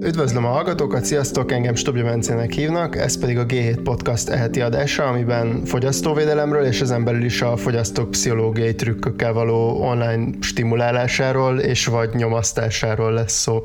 Üdvözlöm a hallgatókat, sziasztok, engem Stobja Bencének hívnak, ez pedig a G7 Podcast eheti adása, amiben fogyasztóvédelemről és ezen belül is a fogyasztók pszichológiai trükkökkel való online stimulálásáról és vagy nyomasztásáról lesz szó.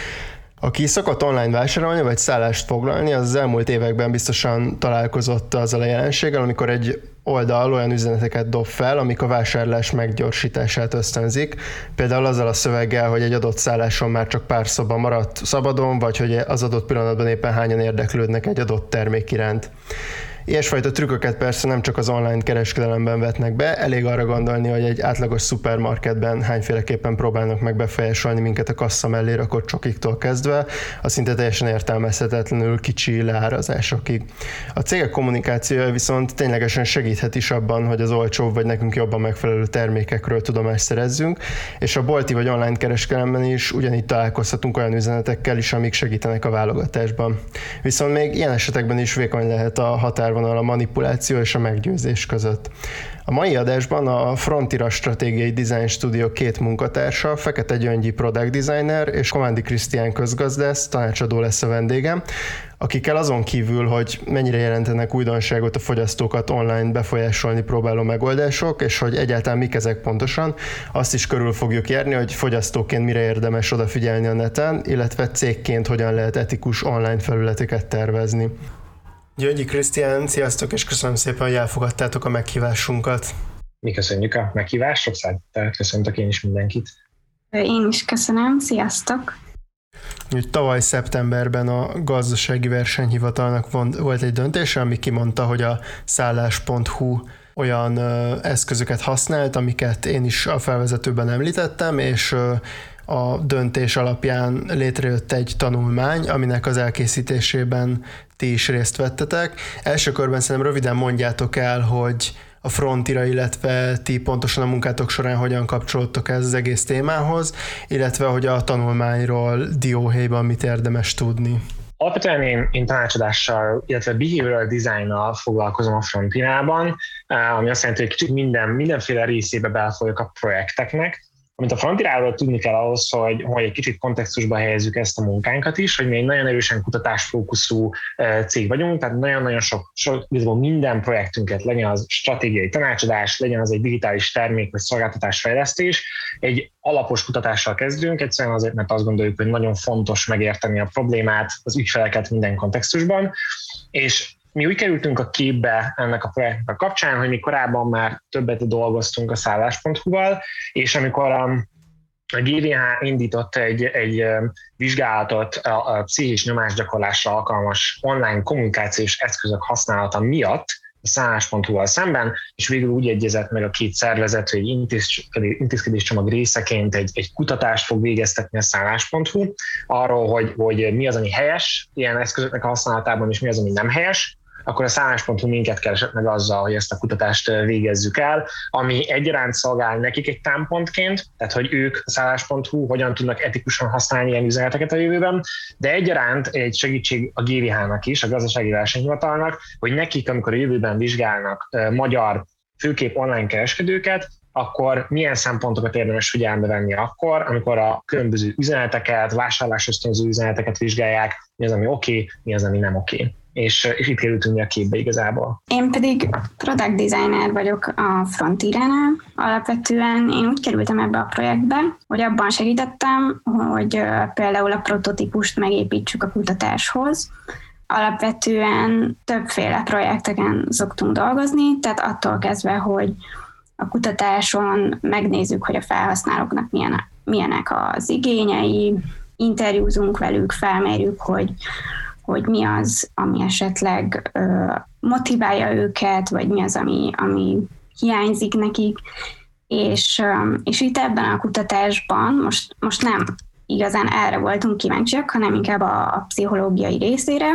Aki szokott online vásárolni vagy szállást foglalni, az elmúlt években biztosan találkozott azzal a jelenséggel, amikor egy oldal olyan üzeneteket dob fel, amik a vásárlás meggyorsítását ösztönzik. Például azzal a szöveggel, hogy egy adott szálláson már csak pár szoba maradt szabadon, vagy hogy az adott pillanatban éppen hányan érdeklődnek egy adott termék iránt. Ilyesfajta trükköket persze nem csak az online kereskedelemben vetnek be, elég arra gondolni, hogy egy átlagos szupermarketben hányféleképpen próbálnak meg befolyásolni minket a kassa mellé rakott csokiktól kezdve, a szinte teljesen értelmezhetetlenül kicsi leárazásokig. A cégek kommunikációja viszont ténylegesen segíthet is abban, hogy az olcsóbb vagy nekünk jobban megfelelő termékekről tudomást szerezzünk, és a bolti vagy online kereskedelemben is ugyanígy találkozhatunk olyan üzenetekkel is, amik segítenek a válogatásban. Viszont még ilyen esetekben is vékony lehet a határvonal a manipuláció és a meggyőzés között. A mai adásban a Frontira Stratégiai Design Studio két munkatársa, Fekete Gyöngyi product designer és Komándi Krisztián közgazdász, tanácsadó lesz a vendégem, akikkel azon kívül, hogy mennyire jelentenek újdonságot a fogyasztókat online befolyásolni próbáló megoldások, és hogy egyáltalán mik ezek pontosan, azt is körül fogjuk járni, hogy fogyasztóként mire érdemes odafigyelni a neten, illetve cégként hogyan lehet etikus online felületeket tervezni. Gyöngyi Krisztián, sziasztok, és köszönöm szépen, hogy elfogadtátok a meghívásunkat. Mi köszönjük a meghívást, sok szeretettel köszöntök én is mindenkit. Én is köszönöm, sziasztok! Tavaly szeptemberben a Gazdasági Versenyhivatalnak volt egy döntése, ami kimondta, hogy a szállás.hu olyan eszközöket használt, amiket én is a felvezetőben említettem, és a döntés alapján létrejött egy tanulmány, aminek az elkészítésében ti is részt vettetek. Első körben szerintem röviden mondjátok el, hogy a Frontira, illetve ti pontosan a munkátok során hogyan kapcsolódtok ez az egész témához, illetve hogy a tanulmányról dióhéjban mit érdemes tudni. Alapvetően én tanácsadással, illetve behavioral designnal foglalkozom a Frontirában, ami azt jelenti, hogy kicsit mindenféle részébe belfolyok a projekteknek. Amit a Frontiráról tudni kell ahhoz, hogy egy kicsit kontextusba helyezzük ezt a munkánkat is, hogy mi egy nagyon erősen kutatásfókuszú cég vagyunk, tehát nagyon-nagyon sok minden projektünket, legyen az stratégiai tanácsadás, legyen az egy digitális termék vagy szolgáltatásfejlesztés, egy alapos kutatással kezdünk, egyszerűen azért, mert azt gondoljuk, hogy nagyon fontos megérteni a problémát, az ügyfeleket minden kontextusban, és mi úgy kerültünk a képbe ennek a projektnek a kapcsán, hogy mi korábban már többet dolgoztunk a szállás.hu-val, és amikor a GVH indított egy vizsgálatot a pszichés nyomásgyakorlásra alkalmas online kommunikációs eszközök használata miatt a szállás.hu-val szemben, és végül úgy egyezett meg a két szervezet, hogy intézkedéscsomag részeként egy kutatást fog végeztetni a szállás.hu arról, hogy mi az, ami helyes ilyen eszközöknek a használatában, és mi az, ami nem helyes, akkor a szállás.hu minket keresett meg azzal, hogy ezt a kutatást végezzük el, ami egyaránt szolgál nekik egy támpontként, tehát hogy ők a szállás.hu hogyan tudnak etikusan használni ilyen üzeneteket a jövőben, de egyaránt egy segítség a GVH-nak is, a Gazdasági Versenyhivatalnak, hogy nekik, amikor a jövőben vizsgálnak magyar főképp online kereskedőket, akkor milyen szempontokat érdemes figyelembe venni akkor, amikor a különböző üzeneteket, vásárlásösztönző üzeneteket vizsgálják, mi az, ami oké, mi az, ami nem oké. És itt kerültünk mi a képbe igazából. Én pedig product designer vagyok a Frontiránál. Alapvetően én úgy kerültem ebbe a projektbe, hogy abban segítettem, hogy például a prototípust megépítsük a kutatáshoz. Alapvetően többféle projekteken szoktunk dolgozni, tehát attól kezdve, hogy a kutatáson megnézzük, hogy a felhasználóknak milyenek az igényei, interjúzunk velük, felmérjük, hogy mi az, ami esetleg motiválja őket, vagy mi az, ami hiányzik nekik. És itt ebben a kutatásban most nem igazán erre voltunk kíváncsiak, hanem inkább a pszichológiai részére,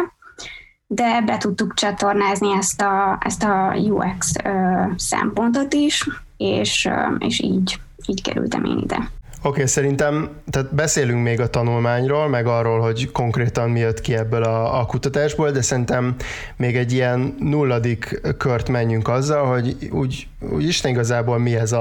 de be tudtuk csatornázni ezt a UX szempontot is, és így kerültem én ide. Oké, szerintem tehát beszélünk még a tanulmányról, meg arról, hogy konkrétan mi jött ki ebből a kutatásból, de szerintem még egy ilyen nulladik kört menjünk azzal, hogy úgy Isten igazából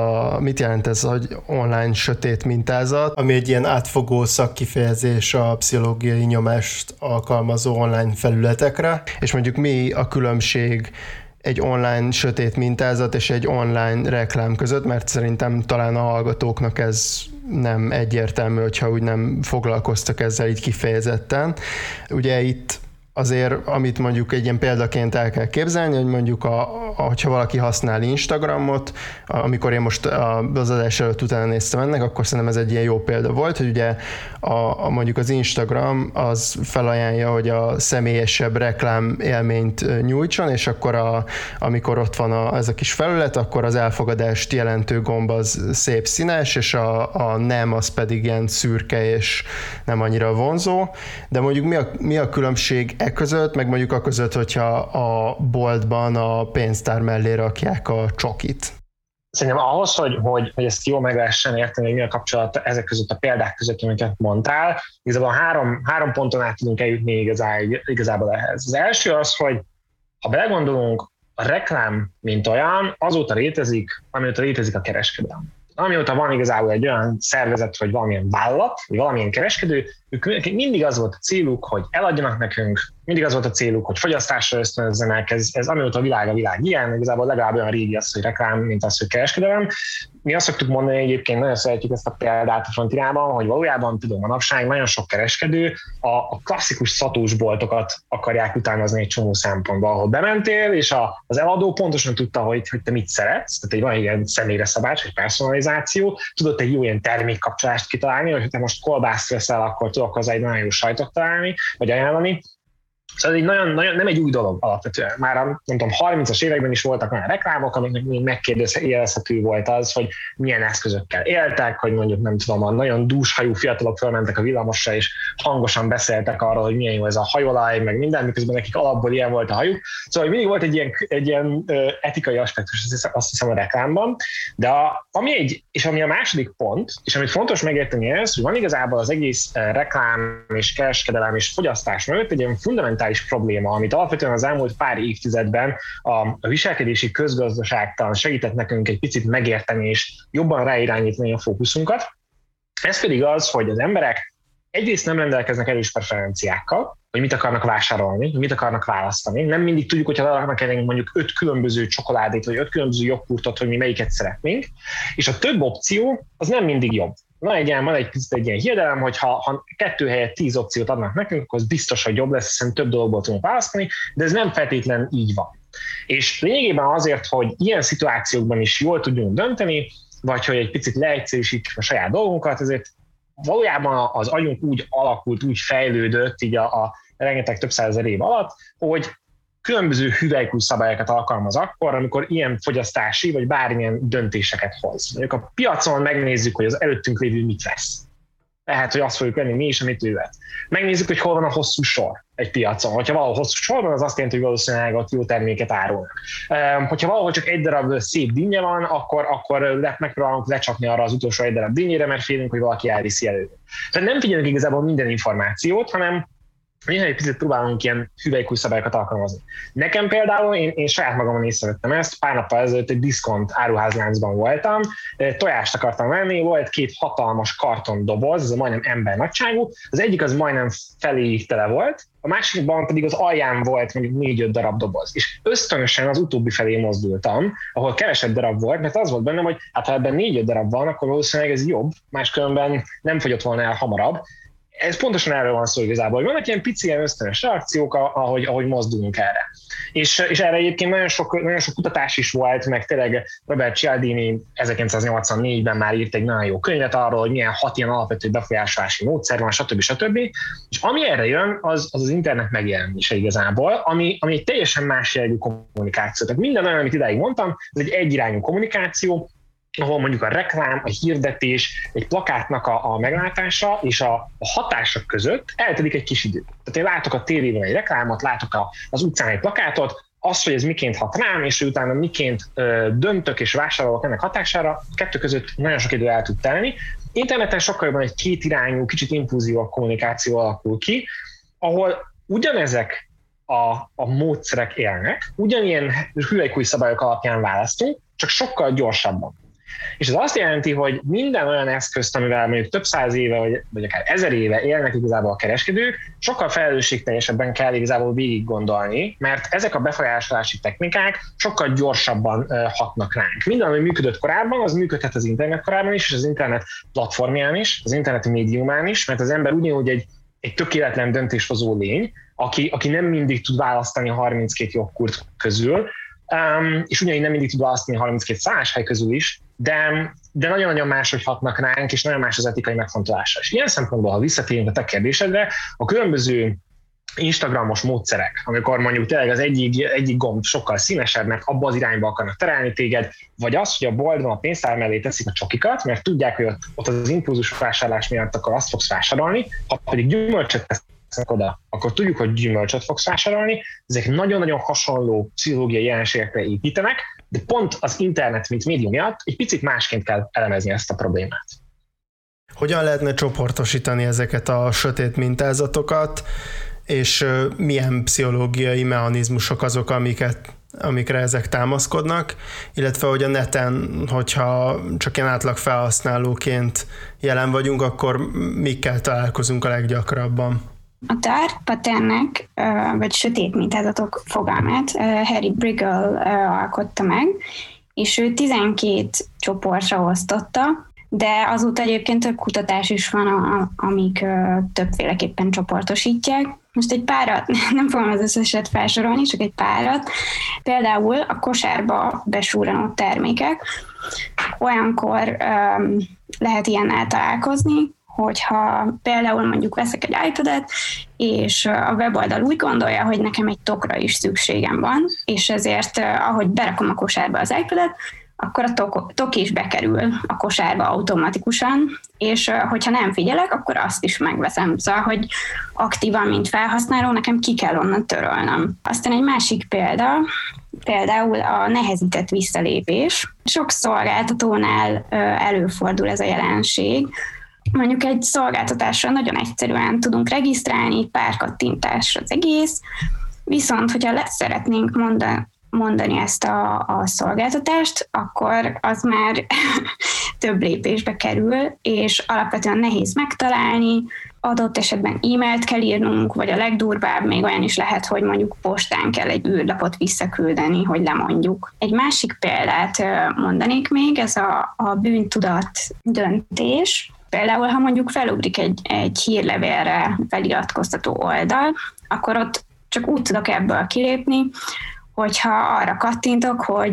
mit jelent ez, hogy online sötét mintázat, ami egy ilyen átfogó szakkifejezés a pszichológiai nyomást alkalmazó online felületekre, és mondjuk mi a különbség egy online sötét mintázat és egy online reklám között, mert szerintem talán a hallgatóknak ez nem egyértelmű, hogyha úgy nem foglalkoztak ezzel így kifejezetten. Ugye itt azért, amit mondjuk egy ilyen példaként el kell képzelni, hogy mondjuk, hogyha valaki használ Instagramot, amikor én most az adás előtt utána néztem ennek, akkor szerintem ez egy ilyen jó példa volt, hogy ugye mondjuk az Instagram az felajánlja, hogy a személyesebb reklám élményt nyújtson, és akkor amikor ott van ez a kis felület, akkor az elfogadást jelentő gomb az szép színes, és a nem az pedig ilyen szürke és nem annyira vonzó. De mondjuk mi a különbség között, meg mondjuk a között, hogyha a boltban a pénztár mellé rakják a csokit? Szerintem ahhoz, hogy ezt jól meg lehessen érteni, hogy mi a kapcsolat ezek között a példák között, amiket mondtál, igazából három ponton át tudunk eljutni igazából ehhez. Az első az, hogy ha belegondolunk, a reklám, mint olyan, azóta létezik, amióta létezik a kereskedelem. Amióta van igazából egy olyan szervezet, vagy valamilyen vállalat, vagy valamilyen kereskedő, ők mindig az volt a céluk, hogy eladjanak nekünk, mindig az volt a céluk, hogy fogyasztásra ösztönözzenek, ez amióta a világ ilyen, igazából legalább olyan régi az, hogy reklám, mint az, hogy kereskedelem. Mi azt szoktuk mondani egyébként, nagyon szeretjük ezt a példát a Frontinában, hogy valójában tudom, manapság nagyon sok kereskedő a klasszikus szatósboltokat akarják utánozni egy csomó szempontból, ahol bementél, és az eladó pontosan tudta, hogy te mit szeretsz, tehát van egy ilyen személyre szabás, egy personalizáció, tudott egy jó ilyen termékkapcsolást kitalálni, hogy te most kolbászt veszel, akkor tudok hozzá egy nagyon jó sajtot találni, vagy ajánlani. Szóval ez nem egy új dolog alapvetően. Már nem tudom, 30-as években is voltak olyan reklámok, amiknek még megkérdezhető volt az, hogy milyen eszközökkel éltek, hogy mondjuk nem tudom, a nagyon dúshajú fiatalok fölmentek a villamosra, és hangosan beszéltek arról, hogy milyen jó ez a hajolaj, meg minden, miközben nekik alapból ilyen volt a hajuk. Szóval mindig volt egy ilyen etikai aspektus, azt hiszem a reklámban. De ami a második pont, és amit fontos megérteni ez, hogy van igazából az egész reklám és kereskedelem és fogyasztás mögött egy ilyen fundamentális probléma, amit alapvetően az elmúlt pár évtizedben a viselkedési közgazdaságtan segített nekünk egy picit megérteni és jobban ráirányítani a fókuszunkat. Ez pedig az, hogy az emberek egyrészt nem rendelkeznek erős preferenciákkal, hogy mit akarnak vásárolni, mit akarnak választani. Nem mindig tudjuk, hogyha akarnak elég mondjuk 5 különböző csokoládét, vagy 5 különböző joghurtot, hogy mi melyiket szeretnénk, és a több opció az nem mindig jobb. Van egy ilyen hiedelem, hogy ha 2 helyett 10 opciót adnak nekünk, akkor az biztos, hogy jobb lesz, hiszen több dologból tudunk választani, de ez nem feltétlen így van. És lényegében azért, hogy ilyen szituációkban is jól tudjunk dönteni, vagy hogy egy picit leegyszerűsítsük a saját dolgunkat, ezért valójában az agyunk úgy alakult, úgy fejlődött így a rengeteg több százezer év alatt, hogy különböző hüvelykúj szabályokat alkalmaz akkor, amikor ilyen fogyasztási vagy bármilyen döntéseket hoz. Mondjuk a piacon megnézzük, hogy az előttünk lévő mit vesz. Lehet, hogy azt fogjuk venni mi is, amit ő vett. Megnézzük, hogy hol van a hosszú sor egy piacon. Hogyha valahol hosszú sor van, az azt jelenti, hogy valószínűleg ott jó terméket árulnak. Hogyha valahol csak egy darab szép dinnye van, akkor megpróbálunk lecsapni arra az utolsó egy darab dinnyére, mert félünk, hogy valaki elviszi elő. Tehát nem figyelünk igazából minden információt, hanem néha egy picit próbálunk ilyen hüvelykúj szabályokat alkalmazni. Nekem például, én saját magamon észrevettem ezt, pár nappal ezelőtt egy diszkont áruházláncban voltam, tojást akartam venni, volt 2 hatalmas kartondoboz, ez a majdnem ember nagyságú, az egyik az majdnem feléig tele volt, a másikban pedig az alján volt mondjuk 4-5 darab doboz. És ösztönösen az utóbbi felé mozdultam, ahol kevesebb darab volt, mert az volt bennem, hogy hát ha ebben 4-5 darab van, akkor valószínűleg ez jobb, máskülönben nem fogyott volna el hamarabb. Ez pontosan erről van szó igazából, hogy vannak ilyen pici, ilyen ösztönös reakciók, ahogy mozdulunk erre. És erre egyébként nagyon sok kutatás is volt, meg tényleg Robert Cialdini 1984-ben már írt egy nagyon jó könyvet arról, hogy milyen 6 ilyen alapvető befolyásolási módszer van, stb. És ami erre jön, az internet megjelenése igazából, ami egy teljesen más jellegű kommunikáció. Tehát minden olyan, amit idáig mondtam, ez egy egyirányú kommunikáció, ahol mondjuk a reklám, a hirdetés, egy plakátnak a meglátása és a hatások között eltelik egy kis idő. Tehát én látok a tévében egy reklámot, látok az utcán egy plakátot, az, hogy ez miként hat rám, és utána miként döntök és vásárolok ennek hatására, kettő között nagyon sok idő el tud telni. Interneten sokkal jobban egy kétirányú, kicsit impulzívabb kommunikáció alakul ki, ahol ugyanezek a módszerek élnek, ugyanilyen hüvelykúj szabályok alapján választunk, csak sokkal gyorsabban. És ez azt jelenti, hogy minden olyan eszközt, amivel mondjuk több száz éve, vagy akár 1000 éve élnek igazából a kereskedők, sokkal felelősségteljesebben kell igazából végig gondolni, mert ezek a befolyásolási technikák sokkal gyorsabban hatnak ránk. Minden, ami működött korábban, az működhet az internet korábban is, és az internet platformján is, az internet médiumán is, mert az ember ugyanúgy egy tökéletlen döntéshozó lény, aki nem mindig tud választani a 32 jogkurt közül, és ugyanígy nem mindig tud választani a 32 szálláshely közül is, de nagyon-nagyon máshogy hatnak ránk, és nagyon más az etikai megfontolása. És ilyen szempontból, ha visszatérünk a te kérdésedre, a különböző Instagramos módszerek, amikor mondjuk tényleg az egyik gomb sokkal színesebb, mert abba az irányba akarnak terelni téged, vagy az, hogy a boltban a pénztár mellé teszik a csokikat, mert tudják, hogy ott az impulzus vásárlás miatt akkor azt fogsz vásárolni, ha pedig gyümölcsöt tesznek oda, akkor tudjuk, hogy gyümölcsöt fogsz vásárolni. Ezek nagyon-nagyon hasonló pszichológiai jelenségekre építenek, de pont az internet, mint médium miatt egy picit másként kell elemezni ezt a problémát. Hogyan lehetne csoportosítani ezeket a sötét mintázatokat, és milyen pszichológiai mechanizmusok azok, amikre ezek támaszkodnak, illetve hogy a neten, hogyha csak ilyen átlag felhasználóként jelen vagyunk, akkor mikkel találkozunk a leggyakrabban? A dark patternnek, vagy sötét mintázatok fogalmát Harry Briggle alkotta meg, és ő 12 csoportra osztotta, de azóta egyébként több kutatás is van, amik többféleképpen csoportosítják. Most egy párat, nem fogom az összeset felsorolni, csak egy párat. Például a kosárba besúranó termékek. Olyankor lehet ilyennel találkozni, hogyha például mondjuk veszek egy iPad-et, és a weboldal úgy gondolja, hogy nekem egy tokra is szükségem van, és ezért ahogy berakom a kosárba az iPad-et, akkor a tok is bekerül a kosárba automatikusan, és hogyha nem figyelek, akkor azt is megveszem. Szóval, hogy aktívan, mint felhasználó, nekem ki kell onnan törölnöm. Aztán egy másik például a nehezített visszalépés. Sok szolgáltatónál előfordul ez a jelenség. Mondjuk egy szolgáltatásra nagyon egyszerűen tudunk regisztrálni, pár kattintás az egész, viszont hogyha szeretnénk mondani ezt a szolgáltatást, akkor az már több lépésbe kerül, és alapvetően nehéz megtalálni, adott esetben e-mailt kell írnunk, vagy a legdurvább még olyan is lehet, hogy mondjuk postán kell egy űrlapot visszaküldeni, hogy lemondjuk. Egy másik példát mondanék még, ez a bűntudat döntés. Például, ha mondjuk felugrik egy hírlevélre feliratkoztató oldal, akkor ott csak úgy tudok ebből kilépni, hogyha arra kattintok, hogy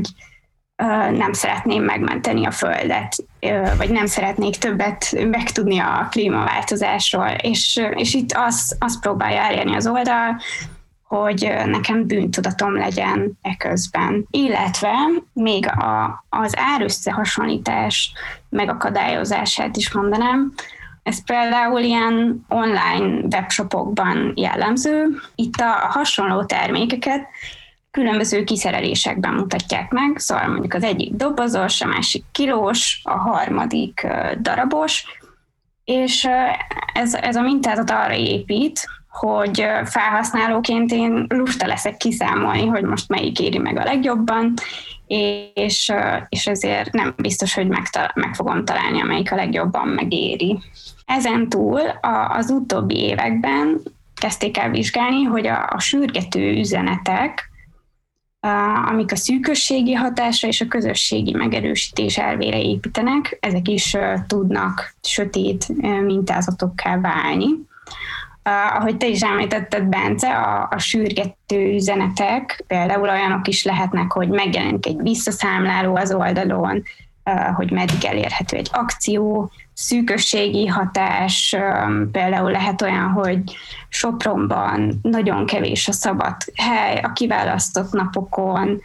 nem szeretném megmenteni a Földet, vagy nem szeretnék többet megtudni a klímaváltozásról, és itt azt próbálja elérni az oldal, hogy nekem bűntudatom legyen eközben. Illetve még az árösszehasonlítás megakadályozását is mondanám. Ez például ilyen online webshopokban jellemző. Itt a hasonló termékeket különböző kiszerelésekben mutatják meg, szóval mondjuk az egyik dobozos, a másik kilós, a harmadik darabos, és ez a mintázat arra épít, hogy felhasználóként én lusta leszek kiszámolni, hogy most melyik éri meg a legjobban, és ezért nem biztos, hogy meg fogom találni, amelyik a legjobban megéri. Ezen túl az utóbbi években kezdték el vizsgálni, hogy a sürgető üzenetek, amik a szűkösségi hatásra és a közösségi megerősítés elvére építenek, ezek is tudnak sötét mintázatokká válni. Ahogy te is említetted, Bence, a sürgető üzenetek például olyanok is lehetnek, hogy megjelenik egy visszaszámláló az oldalon, hogy meddig elérhető egy akció, szűkösségi hatás, például lehet olyan, hogy Sopronban nagyon kevés a szabad hely, a kiválasztott napokon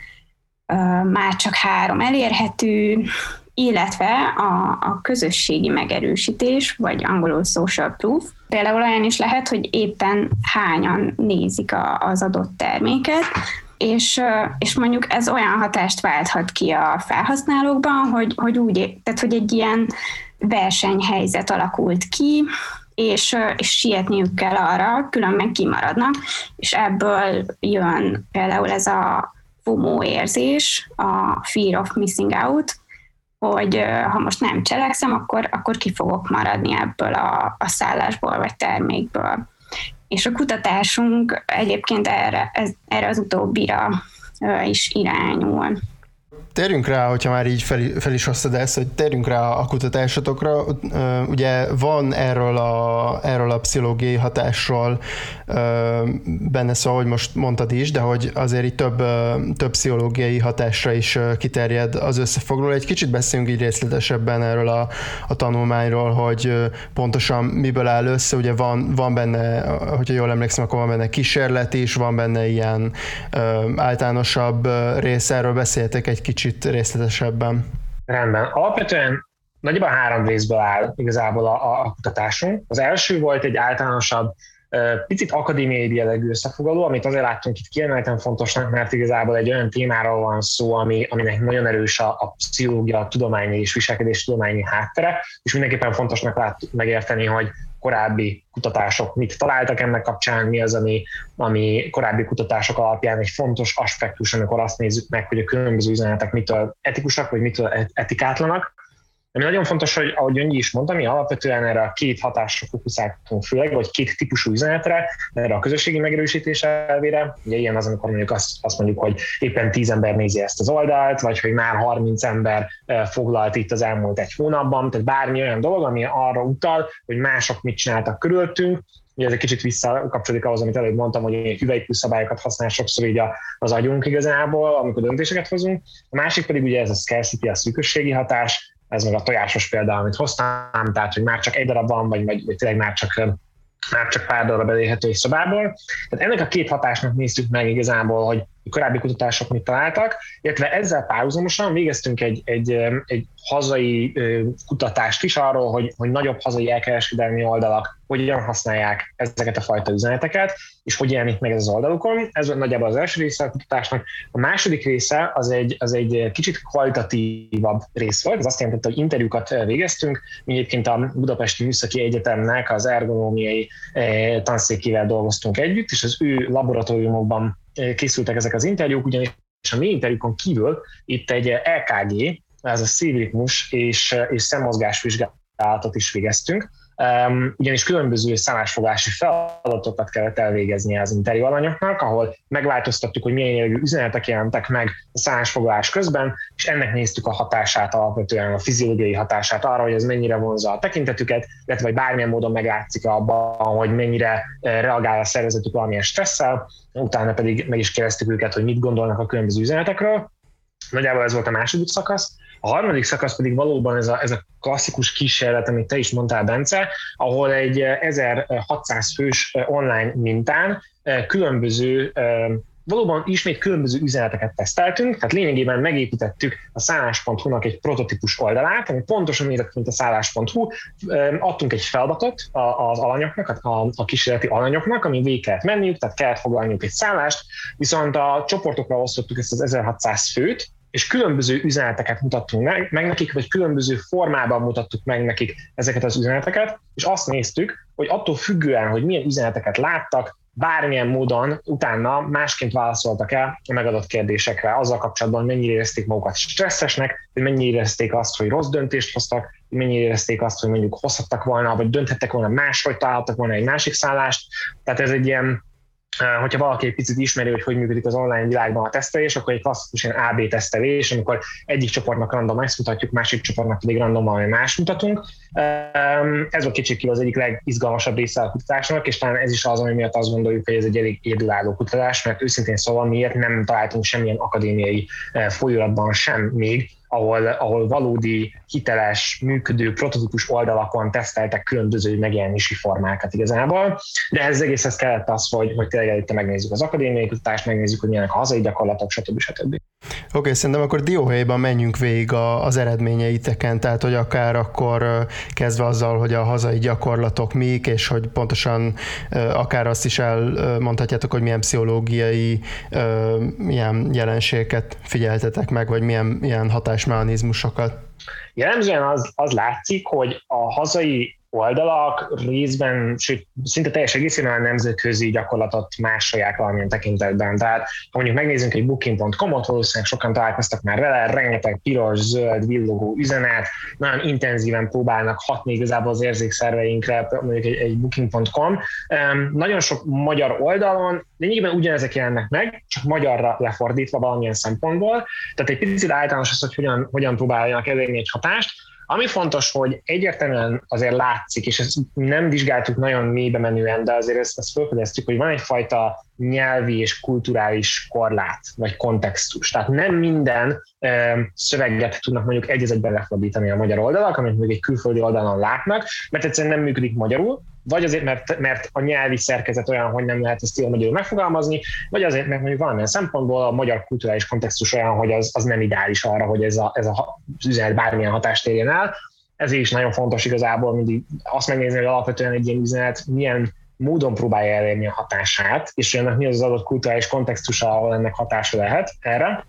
már csak 3 elérhető, illetve a közösségi megerősítés, vagy angolul social proof. Például olyan is lehet, hogy éppen hányan nézik az adott terméket, és mondjuk ez olyan hatást válthat ki a felhasználókban, tehát hogy egy ilyen versenyhelyzet alakult ki, és sietniük kell arra, különben kimaradnak, és ebből jön például ez a FOMO érzés, a Fear of Missing Out, hogy ha most nem cselekszem, akkor ki fogok maradni ebből a szállásból vagy termékből. És a kutatásunk egyébként erre az utóbbira is irányul. Térjünk rá, hogyha már így fel is hoztad ezt, hogy térjünk rá a kutatásotokra. Ugye van erről a pszichológiai hatásról benne szó, hogy most mondtad is, de hogy azért így több pszichológiai hatásra is kiterjed az összefoglaló. Egy kicsit beszéljünk így részletesebben erről a tanulmányról, hogy pontosan miből áll össze. Ugye van benne, hogyha jól emlékszem, akkor van benne kísérlet is, van benne ilyen általánosabb rész, erről beszéltek egy kicsit részletesebben. Rendben. Alapvetően nagyjából 3 részből áll igazából a kutatásunk. Az első volt egy általánosabb, picit akadémiai jellegű összefoglaló, amit azért láttunk itt kiemelten fontosnak, mert igazából egy olyan témáról van szó, aminek nagyon erős a pszichológia, a tudományi és viselkedés tudományi háttere, és mindenképpen fontosnak láttuk megérteni, hogy korábbi kutatások mit találtak ennek kapcsán, mi az, ami korábbi kutatások alapján egy fontos aspektus, amikor azt nézzük meg, hogy a különböző üzenetek mitől etikusak, vagy mitől etikátlanak. Ami nagyon fontos, hogy ahogy Gyöngyi is mondta, mi alapvetően erre a 2 hatásra fókuszáltunk főleg, vagy 2 típusú üzenetre, erre a közösségi megerősítés elvére. Ugye ilyen az, amikor mondjuk azt mondjuk, hogy éppen 10 ember nézi ezt az oldalt, vagy hogy már 30 ember foglalt itt az elmúlt 1 hónapban, tehát bármi olyan dolog, ami arra utal, hogy mások mit csináltak körülöttünk. Ugye ez egy kicsit visszakapcsolódik ahhoz, amit előbb mondtam, hogy hüvelykú szabályokat használ sokszor így az agyunk igazából, amikor döntéseket hozunk. A másik pedig ugye ez a scarcity, a szűkösségi hatás, ez meg a tojásos példa, amit hoztam, tehát hogy már csak 1 darab van, vagy tényleg már csak pár darab elérhető egy szobából. Tehát ennek a 2 hatásnak néztük meg igazából, hogy korábbi kutatások mit találtak, illetve ezzel párhuzamosan végeztünk egy hazai kutatást is arról, hogy nagyobb hazai elkereskedelmi oldalak hogyan használják ezeket a fajta üzeneteket, és hogy jelenik meg ez az oldalukon. Ez nagyjából az első része a kutatásnak. A második része az egy kicsit kvalitatívabb rész volt, ez azt jelentette, hogy interjúkat végeztünk. Mi egyébként a Budapesti Műszaki Egyetemnek az ergonómiai tanszékével dolgoztunk együtt, és az ő laboratóriumokban készültek ezek az interjúk, ugyanis a mi interjúkon kívül itt egy EKG, ez a szívritmus és szemmozgás vizsgálatot is végeztünk, ugyanis különböző szállásfoglalási feladatokat kellett elvégeznie az interjú alanyoknak, ahol megváltoztattuk, hogy milyen jellegű üzenetek jelentek meg a szállásfoglalás közben, és ennek néztük a hatását, alapvetően a fiziológiai hatását arra, hogy ez mennyire vonzza a tekintetüket, illetve vagy bármilyen módon meglátszik abban, hogy mennyire reagál a szervezetük valamilyen stresszel, utána pedig meg is kérdeztük őket, hogy mit gondolnak a különböző üzenetekről. Nagyjából ez volt a második szakasz. A harmadik szakasz pedig valóban ez a klasszikus kísérlet, amit te is mondtál, Bence, ahol egy 1600 fős online mintán valóban ismét különböző üzeneteket teszteltünk, tehát lényegében megépítettük a szállás.hu-nak egy prototípus oldalát, ami pontosan méret, mint a szállás.hu, adtunk egy feladatot az alanyoknak, a kísérleti alanyoknak, ami végig kellett menniük, tehát kellett foglalniuk egy szállást, viszont a csoportokra osztottuk ezt az 1600 főt, és különböző üzeneteket mutattunk meg nekik, vagy különböző formában mutattuk meg nekik ezeket az üzeneteket, és azt néztük, hogy attól függően, hogy milyen üzeneteket láttak, bármilyen módon utána másként válaszoltak el a megadott kérdésekre, azzal kapcsolatban, hogy mennyire érezték magukat stresszesnek, hogy mennyire érezték azt, hogy rossz döntést hoztak, hogy mennyire érezték azt, hogy mondjuk hozhattak volna, vagy dönthettek volna máshogy, találtak volna egy másik szállást. Tehát ez egy ilyen, hogyha valaki egy picit ismeri, hogy működik az online világban a tesztelés, akkor egy klasszikus ilyen AB tesztelés, amikor egyik csoportnak random ezt mutatjuk, másik csoportnak pedig random valami más mutatunk. Ez a kicsit az egyik legizgalmasabb része a kutatásnak, és talán ez is az, ami miatt azt gondoljuk, hogy ez egy elég egyedülálló kutatás, mert őszintén szóval miért nem találtunk semmilyen akadémiai folyóiratban sem még, ahol valódi, hiteles, működő, prototípus oldalakon teszteltek különböző megjelenési formákat igazából. De ez egészhez kellett az, hogy tényleg előtte megnézzük az akadémiai kutatást, megnézzük, hogy milyenek a hazai gyakorlatok, stb. Oké, szerintem akkor dióhéjban menjünk végig az eredményeiteken, tehát hogy akár akkor kezdve azzal, hogy a hazai gyakorlatok mik, és hogy pontosan akár azt is elmondhatjátok, hogy milyen pszichológiai milyen jelenségeket figyeltetek meg, vagy milyen hatásmechanizmusokat. Jellemzően az látszik, hogy a hazai oldalak részben, sőt, szinte teljes egészében a nemzetközi gyakorlatot másolják valamilyen tekintetben. Tehát, ha mondjuk megnézzünk egy booking.com-ot, valószínűleg sokan találkoztak már vele, rengeteg piros, zöld, villogó üzenet, nagyon intenzíven próbálnak hatni igazából az érzékszerveinkre, mondjuk egy booking.com. Nagyon sok magyar oldalon lényegében ugyanezek jelennek meg, csak magyarra lefordítva valamilyen szempontból. Tehát egy picit általános az, hogy hogyan próbáljanak elérni egy hatást. Ami fontos, hogy egyértelműen azért látszik, és ezt nem vizsgáltuk nagyon mélybe menően, de azért ezt felfedeztük, hogy van egyfajta nyelvi és kulturális korlát, vagy kontextus. Tehát nem minden szöveget tudnak mondjuk egy-egyben lefordítani a magyar oldalak, amit még egy külföldi oldalon látnak, mert egyszerűen nem működik magyarul, vagy azért, mert a nyelvi szerkezet olyan, hogy nem lehet ezt jól magyarul megfogalmazni, vagy azért, mert mondjuk valamilyen szempontból a magyar kulturális kontextus olyan, hogy az nem ideális arra, hogy ez az üzenet bármilyen hatást érjen el. Ezért is nagyon fontos igazából mindig azt megnézni, hogy alapvetően egy ilyen üzenet milyen módon próbálja elérni a hatását, és ennek mi az adott kulturális kontextusa, ahol ennek hatása lehet erre.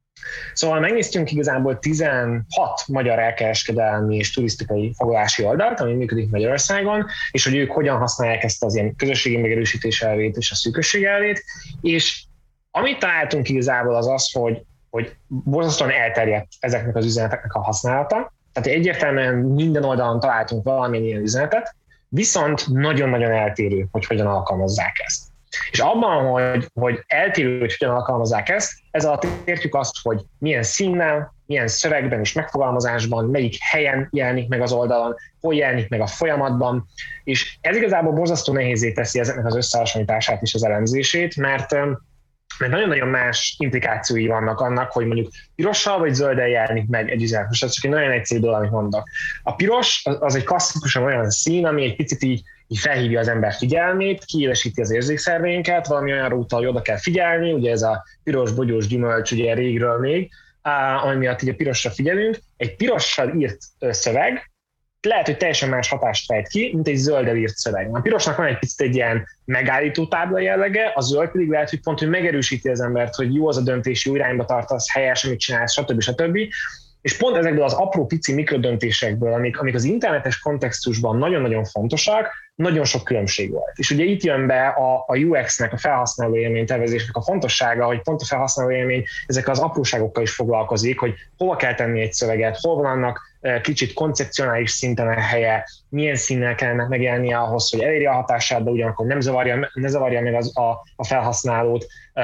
Szóval megnéztünk igazából 16 magyar elkereskedelmi és turisztikai foglalási oldalt, ami működik Magyarországon, és hogy ők hogyan használják ezt az ilyen közösségi megerősítés elvét és a szűkösség elvét, és amit találtunk igazából az, hogy borzasztóan elterjedt ezeknek az üzeneteknek a használata, tehát egyértelműen minden oldalon találtunk valamilyen ilyen üzenetet, viszont nagyon-nagyon eltérő, hogy hogyan alkalmazzák ezt. És abban, hogy eltérő, hogy hogyan alkalmazzák ezt, ez alatt értjük azt, hogy milyen színnel, milyen szövegben és megfogalmazásban, melyik helyen jelenik meg az oldalon, hol jelenik meg a folyamatban, és ez igazából borzasztó nehézé teszi ezeknek az összehasonlítását és az elemzését, mert nagyon-nagyon más implikációi vannak annak, hogy mondjuk pirossal vagy zölddel jelenik meg egy üzenet. Most ez csak egy nagyon egyszerű dolog, amit mondok. A piros az egy klasszikusan olyan szín, ami egy picit így felhívja az ember figyelmét, kiélesíti az érzékszerveinket, valami olyan úttal, hogy oda kell figyelni, ugye ez a piros, bogyós gyümölcs, ugye régről még, ami miatt így a pirosra figyelünk. Egy pirossal írt szöveg lehet, hogy teljesen más hatást fejt ki, mint egy zölddel írt szöveg. A pirosnak van egy picit egy ilyen megállító tábla jellege, a zöld pedig lehet, hogy pont, hogy megerősíti az embert, hogy jó az a döntés, jó irányba tartasz, helyes, amit csinálsz, stb. És pont ezekből az apró pici mikrodöntésekből, amik az internetes kontextusban nagyon-nagyon fontosak, nagyon sok különbség volt. És ugye itt jön be a UX-nek, a felhasználó élmény tervezésnek a fontossága, hogy pont a felhasználó élmény ezekkel az apróságokkal is foglalkozik, hogy hova kell tenni egy szöveget, hol van annak kicsit koncepcionális szinten a helye, milyen színnel kellene megjelennie ahhoz, hogy elérje a hatását, de ugyanakkor ne zavarja meg a felhasználót.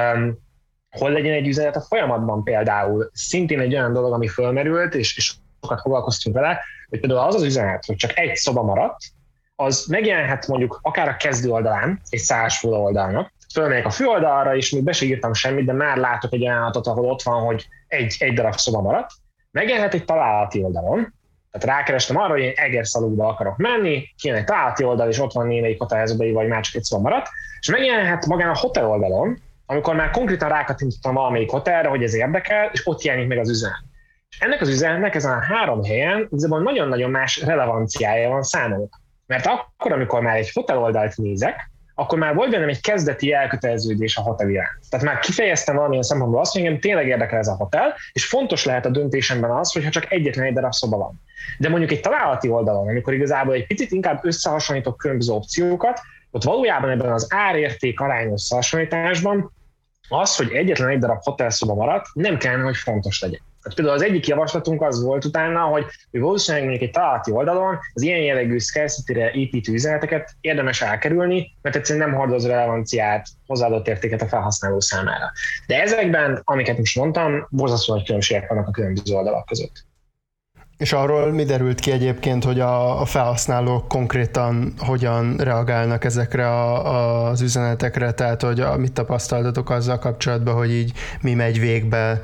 Hol legyen egy üzenet a folyamatban például. Szintén egy olyan dolog, ami fölmerült, és sokat foglalkoztunk vele, hogy például az üzenet, hogy csak egy szoba maradt, az megjelenhet mondjuk akár a kezdő oldalán, egy szállásfoglaló oldalnak. Fölmegyek a főoldalra, és még be se írtam semmit, de már látok egy ajánlatot, ahol ott van, hogy egy darab szoba maradt. Megjelenhet egy találati oldalon, tehát rákerestem arra, hogy én Egerszalúba akarok menni, kijön egy találati oldal, és ott van némelyik hotelházba, vagy már csak egy szoba maradt, és megjelenhet magán a hotel oldalon, amikor már konkrétan rákattintottam valamelyik hotelre, hogy ez érdekel, és ott jelenik meg az üzenet. És ennek az üzenetnek ezen a 3 helyen igazából nagyon-nagyon más relevanciája van számomra. Mert akkor, amikor már egy hotel oldalt nézek, akkor már volt bennem egy kezdeti elköteleződés a hotel iránt. Tehát már kifejeztem valamilyen szempontból azt, hogy engem tényleg érdekel ez a hotel, és fontos lehet a döntésemben az, hogyha csak egyetlen egy darab szoba van. De mondjuk egy találati oldalon, amikor igazából egy picit inkább összehasonlítok különböző opciókat, ott valójában ebben az ár-érték arányos összehasonlításban az, hogy egyetlen egy darab hotelszoba maradt, nem kellene, hogy fontos legyen. Tehát például az egyik javaslatunk az volt utána, hogy valószínűleg mondjuk egy találati oldalon az ilyen jellegű scarcity-re építő üzeneteket érdemes elkerülni, mert egyszerűen nem hordoz relevanciát, hozzáadott értéket a felhasználó számára. De ezekben, amiket most mondtam, borzasztó nagy különbségek vannak a különböző oldalak között. És arról mi derült ki egyébként, hogy a felhasználók konkrétan hogyan reagálnak ezekre az üzenetekre, tehát hogy mit tapasztaltatok azzal kapcsolatban, hogy így mi megy végbe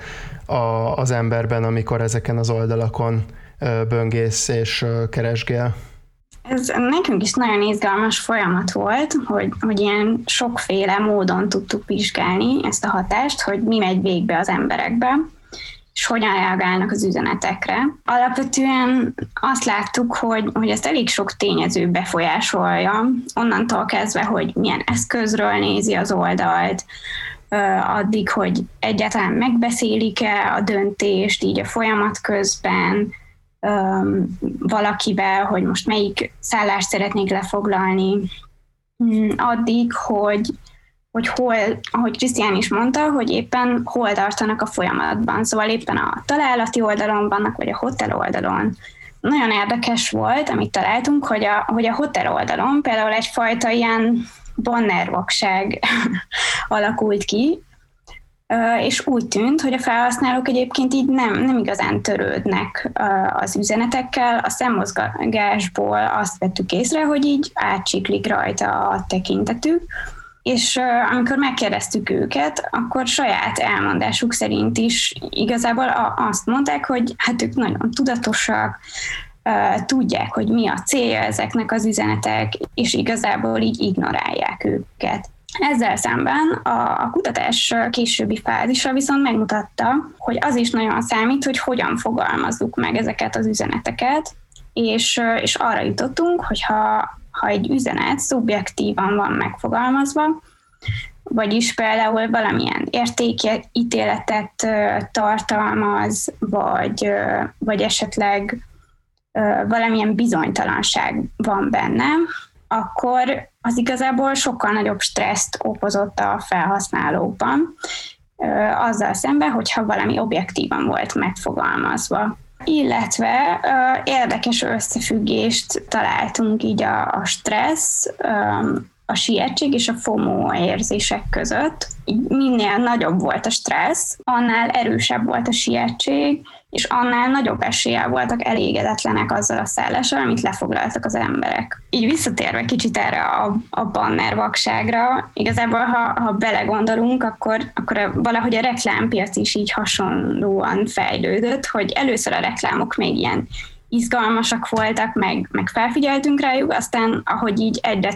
az emberben, amikor ezeken az oldalakon böngész és keresgél? Ez nekünk is nagyon izgalmas folyamat volt, hogy ilyen sokféle módon tudtuk vizsgálni ezt a hatást, hogy mi megy végbe az emberekbe, és hogyan reagálnak az üzenetekre. Alapvetően azt láttuk, hogy ezt elég sok tényező befolyásolja, onnantól kezdve, hogy milyen eszközről nézi az oldalt, addig, hogy egyáltalán megbeszélik-e a döntést így a folyamat közben, valakivel, hogy most melyik szállást szeretnék lefoglalni, addig, hogy hol, ahogy Krisztián is mondta, hogy éppen hol tartanak a folyamatban. Szóval éppen a találati oldalon vannak, vagy a hotel oldalon. Nagyon érdekes volt, amit találtunk, hogy a hotel oldalon például egyfajta ilyen bannervakság alakult ki, és úgy tűnt, hogy a felhasználók egyébként így nem igazán törődnek az üzenetekkel. A szemmozgásból azt vettük észre, hogy így átsiklik rajta a tekintetük, és amikor megkérdeztük őket, akkor saját elmondásuk szerint is igazából azt mondták, hogy hát ők nagyon tudatosak, tudják, hogy mi a célja ezeknek az üzenetek, és igazából így ignorálják őket. Ezzel szemben a kutatás későbbi fázisa viszont megmutatta, hogy az is nagyon számít, hogy hogyan fogalmazzuk meg ezeket az üzeneteket, és arra jutottunk, hogy ha egy üzenet szubjektívan van megfogalmazva, vagyis például valamilyen értékítéletet tartalmaz, vagy esetleg valamilyen bizonytalanság van benne, akkor az igazából sokkal nagyobb stresszt okozott a felhasználókban, azzal szemben, hogyha valami objektívan volt megfogalmazva. Illetve érdekes összefüggést találtunk így a stressz, a sietség és a FOMO érzések között. Így minél nagyobb volt a stressz, annál erősebb volt a sietség, és annál nagyobb eséllyel voltak elégedetlenek azzal a szállással, amit lefoglaltak az emberek. Így visszatérve kicsit erre a banner vakságra, igazából ha belegondolunk, akkor valahogy a reklámpiac is így hasonlóan fejlődött, hogy először a reklámok még ilyen izgalmasak voltak, meg felfigyeltünk rájuk, aztán ahogy így egyre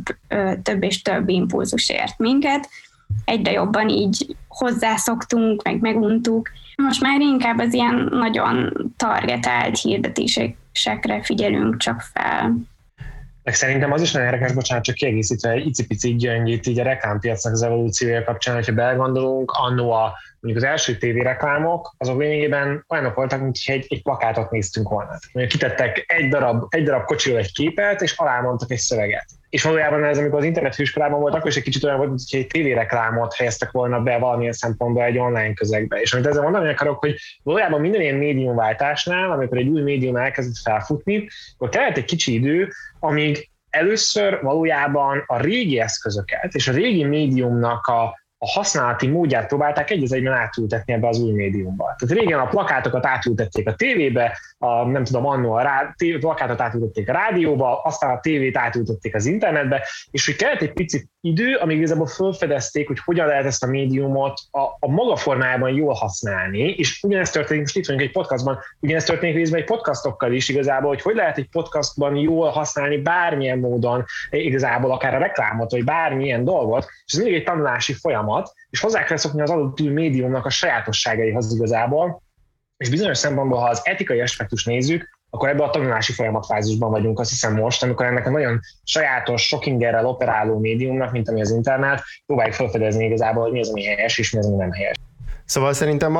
több és több impulzus ért minket, egyre jobban így hozzászoktunk, meg meguntuk. Most már inkább az ilyen nagyon targetált hirdetésekre figyelünk csak fel. Szerintem az is nagyon érdekes, bocsánat, csak kiegészítve egy icipici gyöngyít így a reklámpiacnak az evolúciója kapcsán, hogyha belegondolunk, annó mondjuk az első tévéreklámok, azok lényegében olyanok voltak, mintha egy plakátot néztünk volna. Kitettek egy darab kocsiról egy képet, és alámondtak egy szöveget. És valójában ez, amikor az internet főiskolában volt, akkor is egy kicsit olyan volt, mintha egy tévéreklámot helyeztek volna be valamilyen szempontból egy online közegbe. És amit ezzel mondani akarok, hogy valójában minden ilyen médiumváltásnál, amikor egy új médium elkezdett felfutni, akkor kellett egy kicsi idő, amíg először valójában a régi eszközöket és a régi médiumnak a használati módját próbálták egyben átültetni ebbe az új médiumba. Tehát régen a plakátokat átültették a tévébe, annó a plakátot átültették a rádióba, aztán a tévét átültették az internetbe, és hogy kellett egy pici idő, amíg igazából felfedezték, hogy hogyan lehet ezt a médiumot a maga formájában jól használni, és ugyanezt történik, most itt vagyunk egy podcastban, ugyanezt történik részben egy podcastokkal is igazából, hogy lehet egy podcastban jól használni bármilyen módon, igazából akár a reklámot, vagy bármilyen dolgot, és ez mindig egy tanulási folyamat, és hozzá kell szokni az adott médiumnak a sajátosságaihoz igazából, és bizonyos szempontból, ha az etikai aspektust nézzük, akkor ebben a tanulási folyamatfázisban vagyunk, azt hiszem most, amikor ennek a nagyon sajátos, sok ingerrel operáló médiumnak, mint ami az internet, próbáljuk felfedezni igazából, hogy mi az, ami helyes, és mi az, ami nem helyes. Szóval szerintem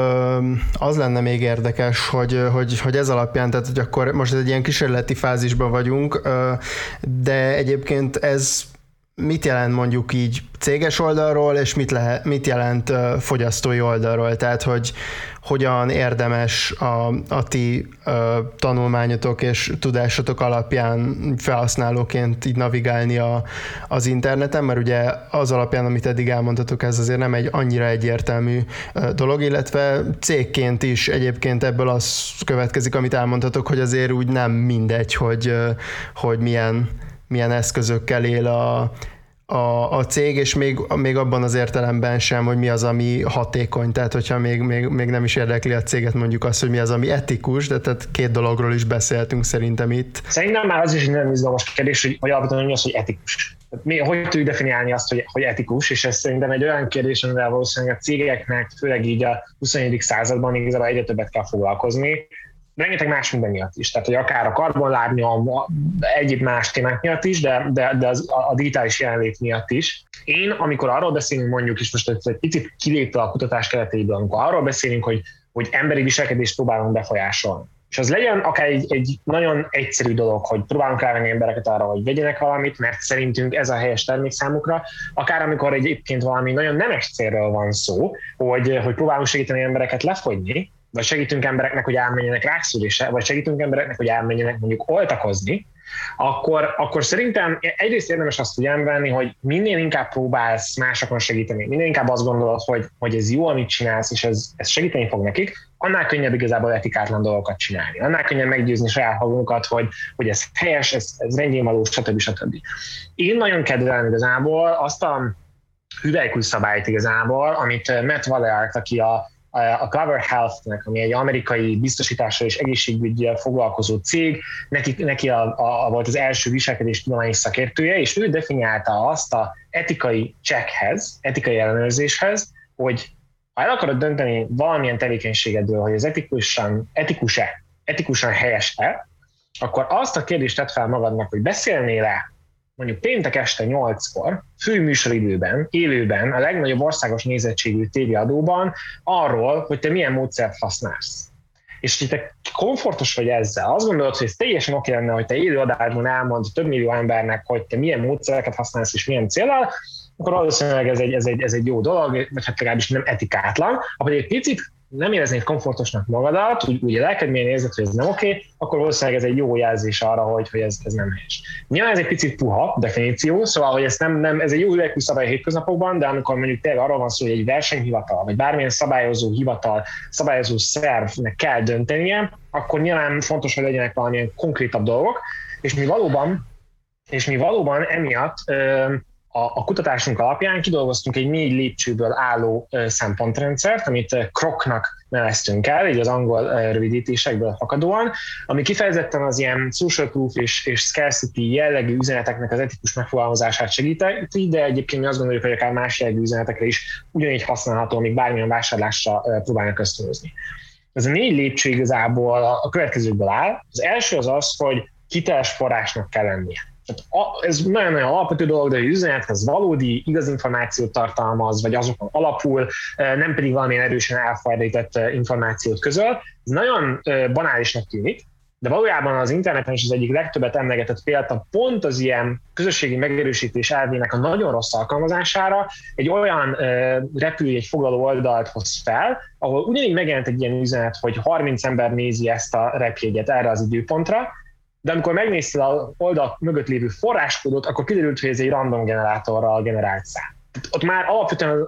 az lenne még érdekes, hogy ez alapján, tehát hogy akkor most egy ilyen kísérleti fázisban vagyunk, de egyébként ez mit jelent mondjuk így céges oldalról, és mit jelent fogyasztói oldalról? Tehát, hogy hogyan érdemes a ti tanulmányotok és tudásotok alapján felhasználóként így navigálni az interneten, mert ugye az alapján, amit eddig elmondtatok, ez azért nem egy annyira egyértelmű dolog, illetve cégként is egyébként ebből az következik, amit elmondtatok, hogy azért úgy nem mindegy, hogy milyen eszközökkel él a cég, és még abban az értelemben sem, hogy mi az, ami hatékony, tehát hogyha még nem is érdekli a céget mondjuk azt, hogy mi az, ami etikus, de tehát két dologról is beszéltünk szerintem itt. Szerintem már az is egy nagyon izgalmas kérdés, hogy alapvetően mi az, hogy etikus. Hogy tudjuk definiálni azt, hogy etikus, és ez szerintem egy olyan kérdés, amivel valószínűleg a cégeknek, főleg így a 21. században igazából egyre többet kell foglalkozni. Rengeteg más minden miatt is, tehát hogy akár a karbonlábnyom, egyéb más témák miatt is, de a digitális jelenlét miatt is. Én, amikor arról beszélünk mondjuk, és most egy picit kilépve a kutatás keretéből, amikor arról beszélünk, hogy emberi viselkedést próbálunk befolyásolni, és az legyen akár egy nagyon egyszerű dolog, hogy próbálunk rávenni embereket arra, hogy vegyenek valamit, mert szerintünk ez a helyes termék számukra, akár amikor egyébként valami nagyon nemes célról van szó, hogy próbálunk segíteni embereket lefogyni, vagy segítünk embereknek, hogy elmenjenek rákszűrésre, vagy segítünk embereknek, hogy elmenjenek mondjuk oltakozni, akkor szerintem egyrészt érdemes azt figyelme venni, hogy minél inkább próbálsz másokon segíteni, minél inkább azt gondolod, hogy ez jó, amit csinálsz, és ez segíteni fog nekik, annál könnyebb igazából etikátlan dolgokat csinálni. Annál könnyebb meggyőzni saját magunkat, hogy ez helyes, ez rendjén való, stb. Én nagyon kedvelem igazából azt a hüvelykúj szabályt igazából, amit Matt Valert, aki a Clover Health-nek, ami egy amerikai biztosítással és egészségügyivel foglalkozó cég, neki volt az első viselkedéstudományi szakértője, és ő definiálta azt a etikai checkhez, etikai ellenőrzéshez, hogy ha el akarod dönteni valamilyen tevékenységedről, hogy ez etikusan helyes-e, akkor azt a kérdést tedd fel magadnak, hogy beszélnél-e mondjuk péntek este 8-kor, főműsoridőben, élőben, a legnagyobb országos nézettségű tévéadóban arról, hogy te milyen módszert használsz. És hogy te komfortos vagy ezzel, azt gondolod, hogy ez teljesen oké lenne, hogy te élőadásban elmond több millió embernek, hogy te milyen módszereket használsz és milyen céllal, akkor valószínűleg ez egy jó dolog, vagy hát legalábbis nem etikátlan. Ahogy egy picit nem éreznéd komfortosnak magadat, úgy a lelkedmélyen érzed, hogy ez nem oké, akkor valószínűleg ez egy jó jelzés arra, hogy ez nem helyes. Nyilván ez egy picit puha definíció, szóval hogy ez egy jó üvegű szabály a hétköznapokban, de amikor mondjuk tényleg arról van szó, hogy egy versenyhivatal, vagy bármilyen szabályozó hivatal, szabályozó szervnek kell döntenie, akkor nyilván fontos, hogy legyenek valamilyen konkrétabb dolgok, és mi valóban emiatt a kutatásunk alapján kidolgoztunk egy 4 lépcsőből álló szempontrendszert, amit CROC-nak neveztünk el, így az angol rövidítésekből fakadóan, ami kifejezetten az ilyen social proof és scarcity jellegű üzeneteknek az etikus megfogalmazását segíti, de egyébként mi azt gondoljuk, hogy akár más jellegű üzenetekre is ugyanígy használható, amíg bármilyen vásárlásra próbálnak ösztönözni. Ez a 4 lépcső igazából a következőkből áll. Az első az, hogy hiteles forrásnak kell lennie. Ez nagyon-nagyon alapvető dolog, de az üzenethez valódi, igaz információt tartalmaz, vagy azokon alapul, nem pedig valamilyen erősen elfordított információt közöl. Ez nagyon banálisnak tűnik, de valójában az interneten is az egyik legtöbbet emlegetett példa pont az ilyen közösségi megerősítés elvének a nagyon rossz alkalmazására egy olyan repülőjegy foglaló oldalt hoz fel, ahol ugyanígy megjelent egy ilyen üzenet, hogy 30 ember nézi ezt a repjegyet erre az időpontra, de amikor megnézted az oldal mögött lévő forráskódot, akkor kiderült, hogy ez egy random generátorral generált szám. Ott már alapvetően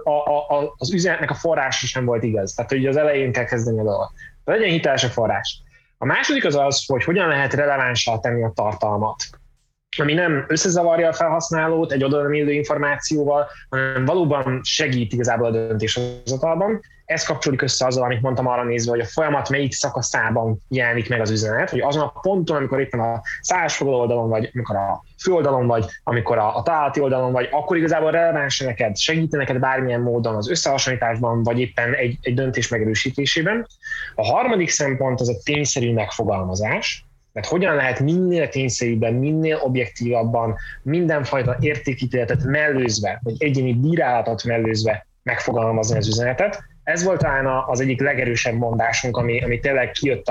az üzenetnek a forrása sem volt igaz. Tehát, hogy az elején kell kezdeni a dolgot. Legyen hiteles a forrás. A második az, hogy hogyan lehet relevánsá tenni a tartalmat, ami nem összezavarja a felhasználót egy oda nem illő információval, hanem valóban segít igazából a döntéshozatalban. Ez kapcsolódik össze azzal, amit mondtam arra nézve, hogy a folyamat melyik szakaszában jelenik meg az üzenet, hogy azon a ponton, amikor éppen a szállásfoglaló oldalon vagy, amikor a főoldalon vagy, amikor a találati oldalon vagy, akkor igazából releváns neked, segít neked bármilyen módon az összehasonlításban, vagy éppen egy döntés megerősítésében. A harmadik szempont az a tényszerű megfogalmazás, mert hogyan lehet minél tényszerűbben, minél objektívabban, mindenfajta értékítéletet mellőzve, vagy egyéni bírálatot mellőzve megfogalmazni az üzenetet. Ez volt talán az egyik legerősebb mondásunk, ami tényleg kijött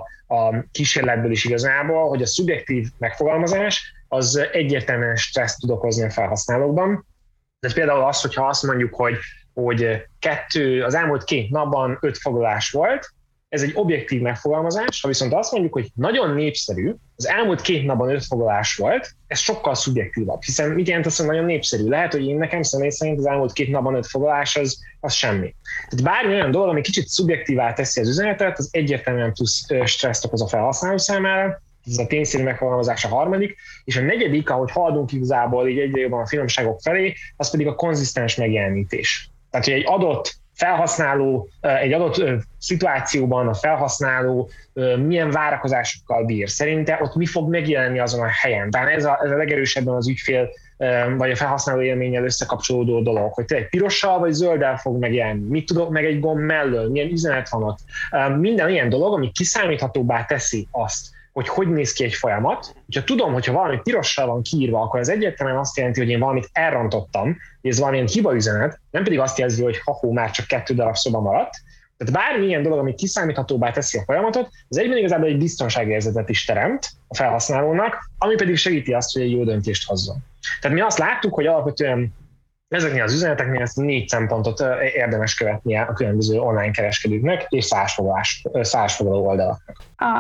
a kísérletből is igazából, hogy a szubjektív megfogalmazás az egyértelműen stresszt tud okozni a felhasználókban. De például az, hogyha azt mondjuk, hogy az elmúlt 2 napban 5 foglalás volt, ez egy objektív megfogalmazás, ha viszont azt mondjuk, hogy nagyon népszerű, az elmúlt 2 napban 5 foglalás volt, ez sokkal szubjektívabb, hiszen mit jelent az, hogy nagyon népszerű? Lehet, hogy én nekem személy szerint az elmúlt 2 napban 5 foglalás az semmi. Tehát bármi olyan dolog, ami kicsit szubjektívá teszi az üzenetet, az egyértelműen plusz stresszt okoz a felhasználó számára, Ez a tényszerű megfogalmazás a harmadik, és a negyedik, ahogy haladunk igazából így egyre jobban a finomságok felé, az pedig a konzisztens megjelenítés. Tehát, hogy egy adott felhasználó, egy adott szituációban a felhasználó milyen várakozásokkal bír. Szerinte ott mi fog megjelenni azon a helyen. Tehát ez a legerősebben az ügyfél vagy a felhasználó élménnyel összekapcsolódó dolog, hogy tényleg pirossal vagy zölddel fog megjelenni, mit tudok meg egy gomb mellől, milyen üzenet van ott. Minden ilyen dolog, ami kiszámíthatóbbá teszi azt, hogy néz ki egy folyamat. Ha tudom, hogyha valami pirossal van kiírva, akkor ez egyértelműen azt jelenti, hogy én valamit elrontottam, hogy ez valamilyen hibaüzenet, nem pedig azt jelzi, hogy már csak 2 darab szoba maradt. Tehát bármilyen dolog, ami kiszámíthatóbbá teszi a folyamatot, az egyben igazából egy biztonságérzetet is teremt a felhasználónak, ami pedig segíti azt, hogy egy jó döntést hozzon. Tehát mi azt láttuk, hogy alapvetően ezeknél az üzeneteknél ezt 4 szempontot érdemes követnie a különböző online kereskedőknek és szállásfoglaló oldalaknak.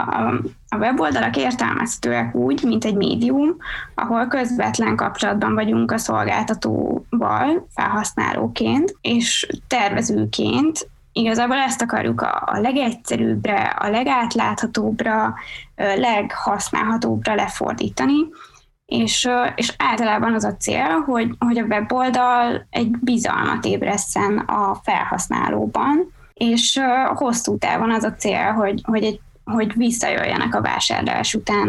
A weboldalak értelmezhetőek úgy, mint egy médium, ahol közvetlen kapcsolatban vagyunk a szolgáltatóval felhasználóként, és tervezőként igazából ezt akarjuk a legegyszerűbbre, a legátláthatóbbra, leghasználhatóbbra lefordítani, és általában az a cél, hogy a weboldal egy bizalmat ébresszen a felhasználóban, és hosszú távon az a cél, hogy visszajöjjenek a vásárlás után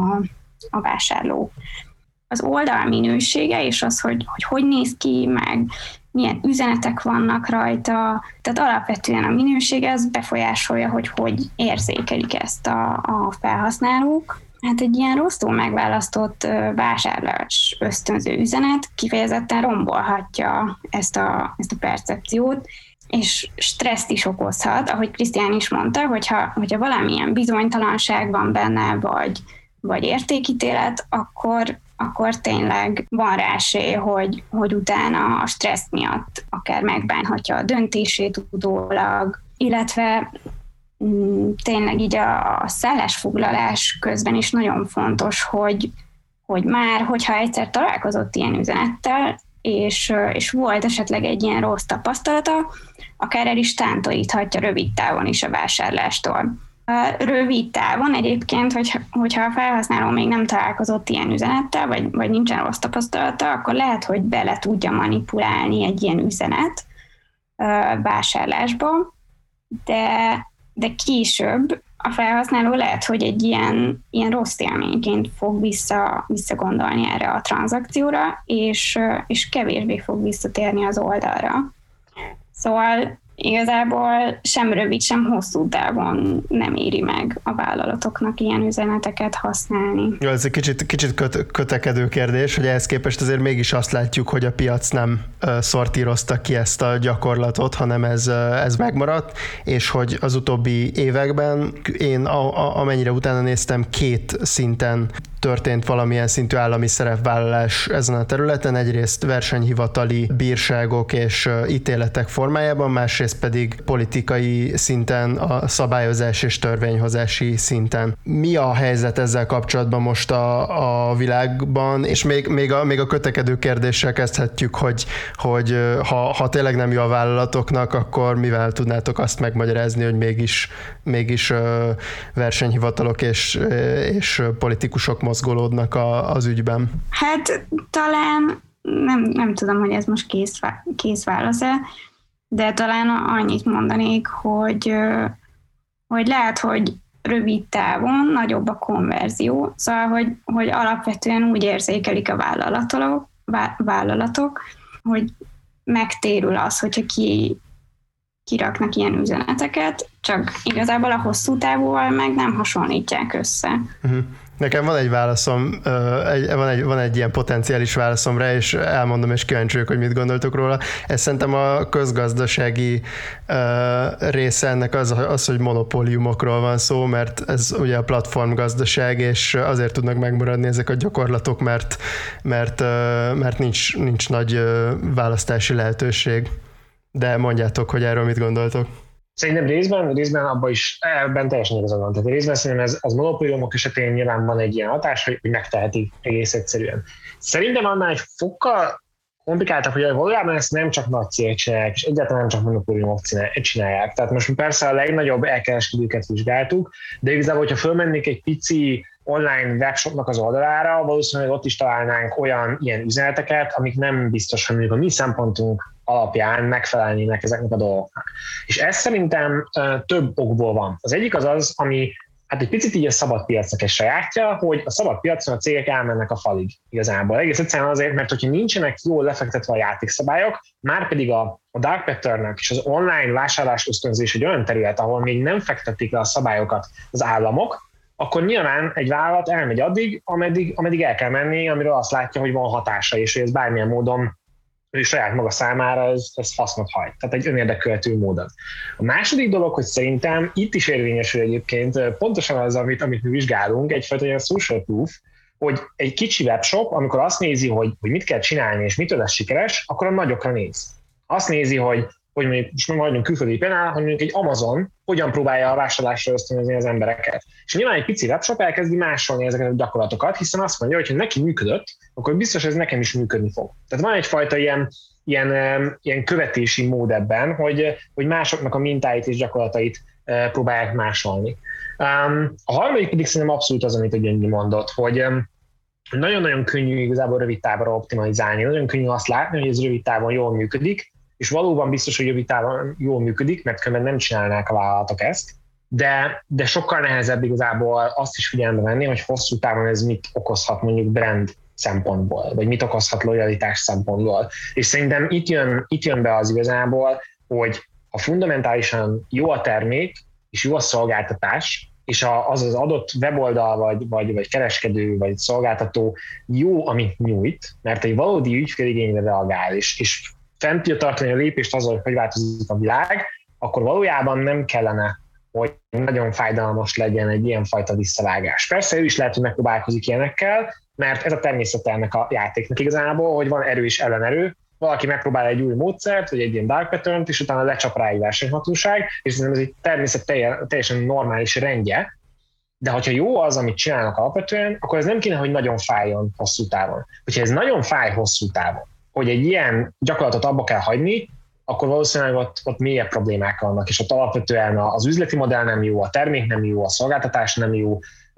a vásárlók. Az oldal minősége és az, hogy néz ki, meg milyen üzenetek vannak rajta, tehát alapvetően a minőség ez befolyásolja, hogy érzékelik ezt a felhasználók. Hát egy ilyen rosszul megválasztott vásárlás ösztönző üzenet kifejezetten rombolhatja ezt a percepciót, és stresszt is okozhat, ahogy Krisztián is mondta, hogyha valamilyen bizonytalanság van benne, vagy értékítélet, akkor tényleg van rá esély, hogy utána a stressz miatt akár megbánhatja a döntését utólag, illetve tényleg így a szállásfoglalás közben is nagyon fontos, hogy már, hogyha egyszer találkozott ilyen üzenettel, és volt esetleg egy ilyen rossz tapasztalata, akár el is tántoríthatja rövid távon is a vásárlástól. Rövid távon egyébként, hogyha a felhasználó még nem találkozott ilyen üzenettel, vagy nincsen rossz tapasztalata, akkor lehet, hogy bele tudja manipulálni egy ilyen üzenet vásárlásba, de később a felhasználó lehet, hogy egy ilyen rossz élményként fog visszagondolni erre a tranzakcióra, és kevésbé fog visszatérni az oldalra. Szóval igazából sem rövid, sem hosszú távon nem éri meg a vállalatoknak ilyen üzeneteket használni. Jó, ez egy kicsit kötekedő kérdés, hogy ehhez képest azért mégis azt látjuk, hogy a piac nem szortírozta ki ezt a gyakorlatot, hanem ez megmaradt, és hogy az utóbbi években én amennyire utána néztem, 2 szinten történt valamilyen szintű állami szerepvállalás ezen a területen, egyrészt versenyhivatali bírságok és ítéletek formájában, másrészt pedig politikai szinten, a szabályozás és törvényhozási szinten. Mi a helyzet ezzel kapcsolatban most a világban, és még a kötekedő kérdéssel kezdhetjük, hogy ha tényleg nem jó a vállalatoknak, akkor mivel tudnátok azt megmagyarázni, hogy mégis versenyhivatalok és politikusok mozgolódnak az ügyben? Hát talán, nem tudom, hogy ez most kész válasz-e, de talán annyit mondanék, hogy lehet, hogy rövid távon nagyobb a konverzió, szóval, hogy alapvetően úgy érzékelik a vállalatok, hogy megtérül az, hogyha kiraknak ilyen üzeneteket, csak igazából a hosszú távúval meg nem hasonlítják össze. Uh-huh. Nekem van egy válaszom, van egy ilyen potenciális válaszom rá, és elmondom, és kíváncsi vagyok, hogy mit gondoltok róla. Ez szerintem a közgazdasági része ennek az, hogy monopóliumokról van szó, mert ez ugye a platformgazdaság, és azért tudnak megmaradni ezek a gyakorlatok, mert nincs nagy választási lehetőség. De mondjátok, hogy erről mit gondoltok. Szerintem részben ebben teljesen igazad van. Tehát részben szerintem az monopóliumok esetén nyilván van egy ilyen hatás, hogy megtehetik egész egyszerűen. Szerintem annál egy fokkal komplikáltabb, hogy valójában ezt nem csak nagy cégek csinálják, és egyáltalán nem csak monopóliumok csinálják. Tehát most persze a legnagyobb elkereskedőket vizsgáltuk, de igazából, hogyha fölmennék egy pici online webshopnak az oldalára, valószínűleg ott is találnánk olyan ilyen üzeneteket, amik nem biztos, hogy mondjuk a mi szempontunk alapján megfelelnének ezeknek a dolgoknak. És ez szerintem több okból van. Az egyik az, ami hát egy picit így a szabad piacnak egy sajátja, hogy a szabad piacon a cégek elmennek a falig igazából. Egész egyszerűen azért, mert hogyha nincsenek jól lefektetve a játékszabályok, már pedig a dark patternnek és az online vásárlás ösztönzés egy olyan terület, ahol még nem fektetik le a szabályokat az államok, akkor nyilván egy vállalat elmegy addig, ameddig el kell menni, amiről azt látja, hogy van hatása, és hogy ez bármilyen módon ő saját maga számára ez hasznot hajt. Tehát egy önérdekelhető módon. A második dolog, hogy szerintem itt is érvényesül egyébként pontosan az, amit mi vizsgálunk, egyfajta olyan social proof, hogy egy kicsi webshop, amikor azt nézi, hogy mit kell csinálni és mitől lesz sikeres, akkor a nagyokra néz. Azt nézi, hogy mondjuk, most majdnem külföldi példánál, hogy mondjuk egy Amazon hogyan próbálja a vásárlásra ösztönözni az embereket. És nyilván egy pici webshop elkezdi másolni ezeket a gyakorlatokat, hiszen azt mondja, hogy ha neki működött, akkor biztos ez nekem is működni fog. Tehát van egyfajta ilyen követési mód ebben, hogy másoknak a mintáit és gyakorlatait próbálják másolni. A harmadik pedig szerintem abszolút az, amit a Gyöngyi mondott, hogy nagyon-nagyon könnyű igazából rövid távra optimalizálni, nagyon könnyű azt látni, hogy ez rövid távon jól működik, és valóban biztos, hogy rövid távon jól működik, mert különben nem csinálnák a vállalatok ezt, de sokkal nehezebb igazából azt is figyelembe venni, hogy hosszú távon ez mit okozhat mondjuk brand szempontból, vagy mit okozhat lojalitás szempontból. És szerintem itt jön be az igazából, hogy ha fundamentálisan jó a termék, és jó a szolgáltatás, és az adott weboldal, vagy kereskedő, vagy szolgáltató jó, amit nyújt, mert egy valódi ügyféligényre reagál, és fent tudja tartani a lépést azzal, hogy változik a világ, akkor valójában nem kellene, hogy nagyon fájdalmas legyen egy ilyenfajta visszavágás. Persze ő is lehet, hogy megpróbálkozik ilyenekkel, mert ez a természete ennek a játéknak igazából, hogy van erő és ellenerő, valaki megpróbál egy új módszert, vagy egy ilyen dark pattern-t, és utána lecsap rá egy versenyhatóság, és ez egy természet teljesen normális rendje, de hogyha jó az, amit csinálnak alapvetően, akkor ez nem kéne, hogy nagyon fájjon hosszú távon. Hogyha ez nagyon fáj hosszú távon, hogy egy ilyen gyakorlatot abba kell hagyni, akkor valószínűleg ott mélyebb problémák vannak, és ott alapvetően az üzleti modell nem jó, a termék nem jó, a szolgáltatás nem jó,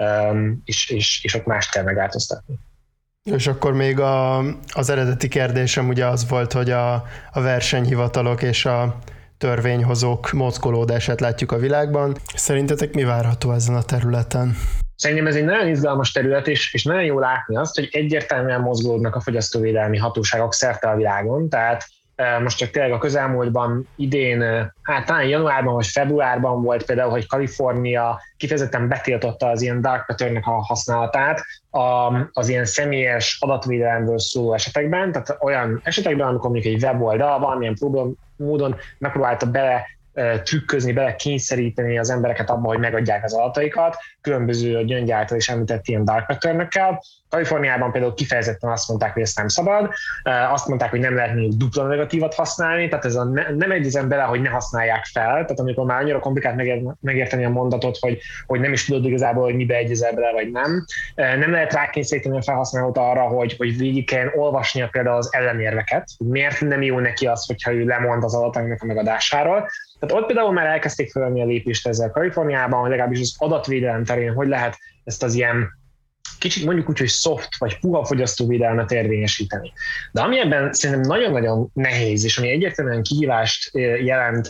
és ott mást kell megváltoztatni. És akkor még az eredeti kérdésem ugye az volt, hogy a versenyhivatalok és a törvényhozók mozgolódását látjuk a világban. Szerintetek mi várható ezen a területen? Szerintem ez egy nagyon izgalmas terület, és nagyon jó látni azt, hogy egyértelműen mozgolódnak a fogyasztóvédelmi hatóságok szerte a világon, tehát most csak tényleg a közelmúltban idén, hát talán januárban vagy februárban volt például, hogy Kalifornia kifejezetten betiltotta az ilyen dark patternnek a használatát az ilyen személyes adatvédelemről szóló esetekben, tehát olyan esetekben, amikor mondjuk egy weboldal valamilyen módon megpróbálta bele trükközni, bele kényszeríteni az embereket abba, hogy megadják az adataikat, különböző a Gyöngy által is említett ilyen dark patternökkel. Kaliforniában például kifejezetten azt mondták, hogy ezt nem szabad, azt mondták, hogy nem lehet mondjuk dupla negatívat használni, tehát ez nem egyezem bele, hogy ne használják fel, tehát amikor már annyira komplikált megérteni a mondatot, hogy nem is tudod igazából, hogy mibe egyezel bele, vagy nem. Nem lehet rákényszeríteni a felhasználót arra, hogy végig kell olvasnia például az ellenérveket, hogy miért nem jó neki az, hogyha ő lemond az adatainak a megadásáról. Tehát ott például már elkezdték felvenni a lépést ezzel Kaliforniában, hogy legalábbis az adatvédelem terén, hogy lehet ezt az ilyen kicsit mondjuk úgy, hogy soft vagy puha fogyasztóvédelmet érvényesíteni. De ami ebben szerintem nagyon-nagyon nehéz, és ami egyértelműen kihívást jelent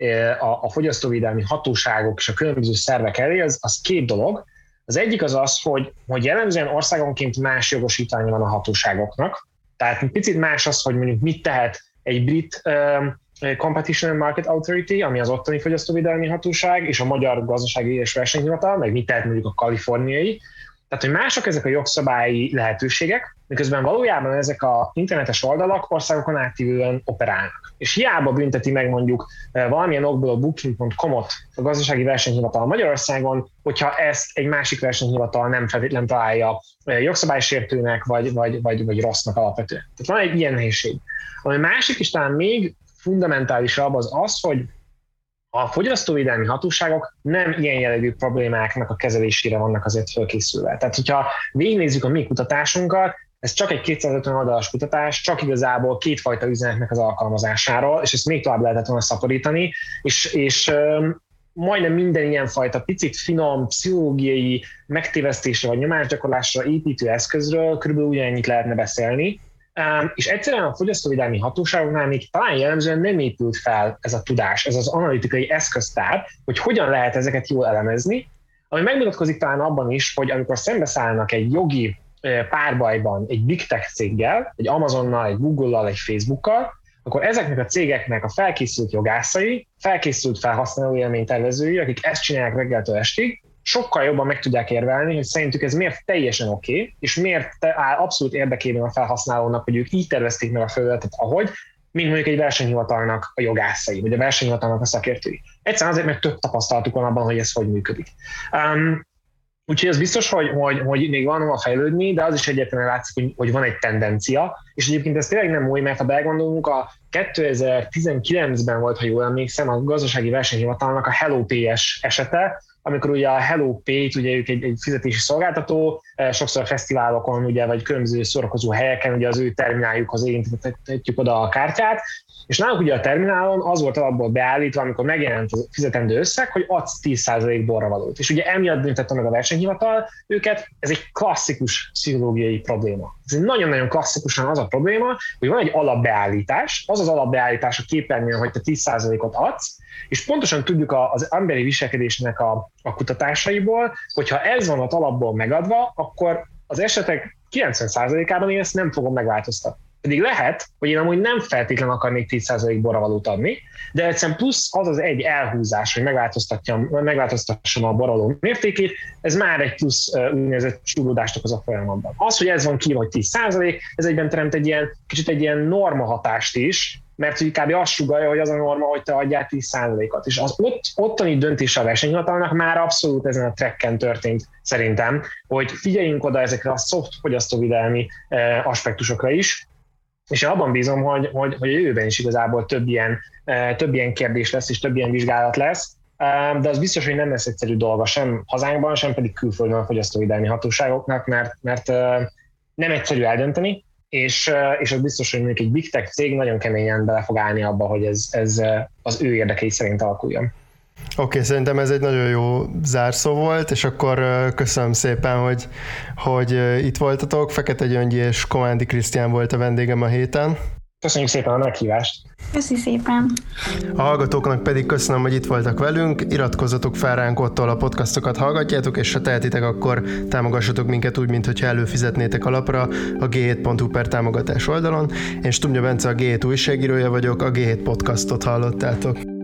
a fogyasztóvédelmi hatóságok és a különböző szervek elé, az két dolog. Az egyik az, hogy jellemzően országonként más jogosítványa van a hatóságoknak. Tehát picit más az, hogy mondjuk mit tehet egy brit Competition and Market Authority, ami az ottani fogyasztóvédelmi hatóság, és a Magyar Gazdasági és Versenyhivatal, meg mit tehet mondjuk a kaliforniai. Tehát, hogy mások ezek a jogszabályi lehetőségek, miközben valójában ezek a internetes oldalak országokon átívően operálnak. És hiába bünteti meg mondjuk valamilyen okból a Booking.com-ot a Gazdasági Versenyhivatal Magyarországon, hogyha ezt egy másik versenyhivatal nem feltétlenül találja jogszabálysértőnek, vagy rossznak alapvetően. Tehát van egy ilyen nehézség. Ami másik is talán még fundamentálisabb az, hogy a fogyasztóvédelmi hatóságok nem ilyen jellegű problémáknak a kezelésére vannak azért fölkészülve. Tehát, hogyha végignézzük a mi kutatásunkat, ez csak egy 250 oldalas kutatás, csak igazából kétfajta üzenetnek az alkalmazásáról, és ezt még tovább lehetett volna szaporítani, és majdnem minden ilyenfajta picit finom, pszichológiai megtévesztésre vagy nyomásgyakorlásra építő eszközről körülbelül ugyanennyit lehetne beszélni, és egyszerűen a fogyasztóvédelmi hatóságoknál még talán jellemzően nem épült fel ez a tudás, ez az analitikai eszköztár, hogy hogyan lehet ezeket jól elemezni, ami megmutatkozik talán abban is, hogy amikor szembeszállnak egy jogi párbajban egy big tech céggel, egy Amazonnal, egy Google-lal, egy Facebookkal, akkor ezeknek a cégeknek a felkészült jogászai, felkészült felhasználó élménytervezői, akik ezt csinálják reggeltől estig, sokkal jobban meg tudják érvelni, hogy szerintük ez miért teljesen oké, és miért áll abszolút érdekében a felhasználónak, hogy ők így tervezték meg a felületet, ahogy, mint mondjuk egy versenyhivatalnak a jogászai, vagy a versenyhivatalnak a szakértői. Egyszerűen azért, mert több tapasztalatuk van abban, hogy ez hogy működik. Úgyhogy ez biztos, hogy még van hova fejlődni, de az is egyértelműen látszik, hogy van egy tendencia, és egyébként ez tényleg nem új, mert ha belegondolunk, a 2019-ben volt, ha jól emlékszem, a gazdasági versenyhivatalnak a HelloPay-es esete, amikor ugye a HelloPay-t, ugye ők egy fizetési szolgáltató, sokszor a fesztiválokon, ugye, vagy különböző szórakozó helyeken, ugye az ő termináljukhoz érintetjük oda a kártyát, és náluk ugye a terminálon az volt alapból beállítva, amikor megjelent a fizetendő összeg, hogy adsz 10% borravalót. És ugye emiatt büntette meg a versenyhivatal őket, ez egy klasszikus pszichológiai probléma. Ez egy nagyon-nagyon klasszikusan az a probléma, hogy van egy alapbeállítás, az az alapbeállítás a képernyőn, hogy te 10%-ot adsz, és pontosan tudjuk az emberi viselkedésnek a kutatásaiból, hogyha ez van az alapból megadva, akkor az esetek 90%-ában én ezt nem fogom megváltoztatni. Pedig lehet, hogy én amúgy nem feltétlenül akarnék 10% borravalót adni, de egyszerűen plusz az egy elhúzás, hogy megváltoztassam a borravaló mértékét, ez már egy plusz úgynevezett súrlódást okoz a folyamatban. Az, hogy ez van ki, hogy 10%, ez egyben teremt kicsit egy ilyen norma hatást is, mert hogy kb. Azt sugallja, hogy az a norma, hogy te adjál 10%-ot. És az ottani döntése a versenyhivatalnak már abszolút ezen a tracken történt szerintem, hogy figyeljünk oda ezekre a soft fogyasztóvédelmi aspektusokra is, és én abban bízom, hogy a jövőben is igazából több ilyen kérdés lesz, és több ilyen vizsgálat lesz, de az biztos, hogy nem lesz egyszerű dolga sem hazánkban, sem pedig külföldön a fogyasztóvédelmi hatóságoknak, mert nem egyszerű eldönteni, és az biztos, hogy mondjuk egy big tech cég nagyon keményen bele fog állni abba, hogy ez az ő érdekei szerint alakuljon. Oké, szerintem ez egy nagyon jó zárszó volt, és akkor köszönöm szépen, hogy itt voltatok. Fekete Gyöngyi és Komándi Krisztián volt a vendégem a héten. Köszönjük szépen a meghívást! Köszi szépen! A hallgatóknak pedig köszönöm, hogy itt voltak velünk. Iratkozzatok fel ránk ottól a podcastokat hallgatjátok, és ha tehetitek, akkor támogassatok minket úgy, mintha előfizetnétek alapra a g7.hu per támogatás oldalon. Én Stumja Bence, a G7 újságírója vagyok, a G7 podcastot hallottátok.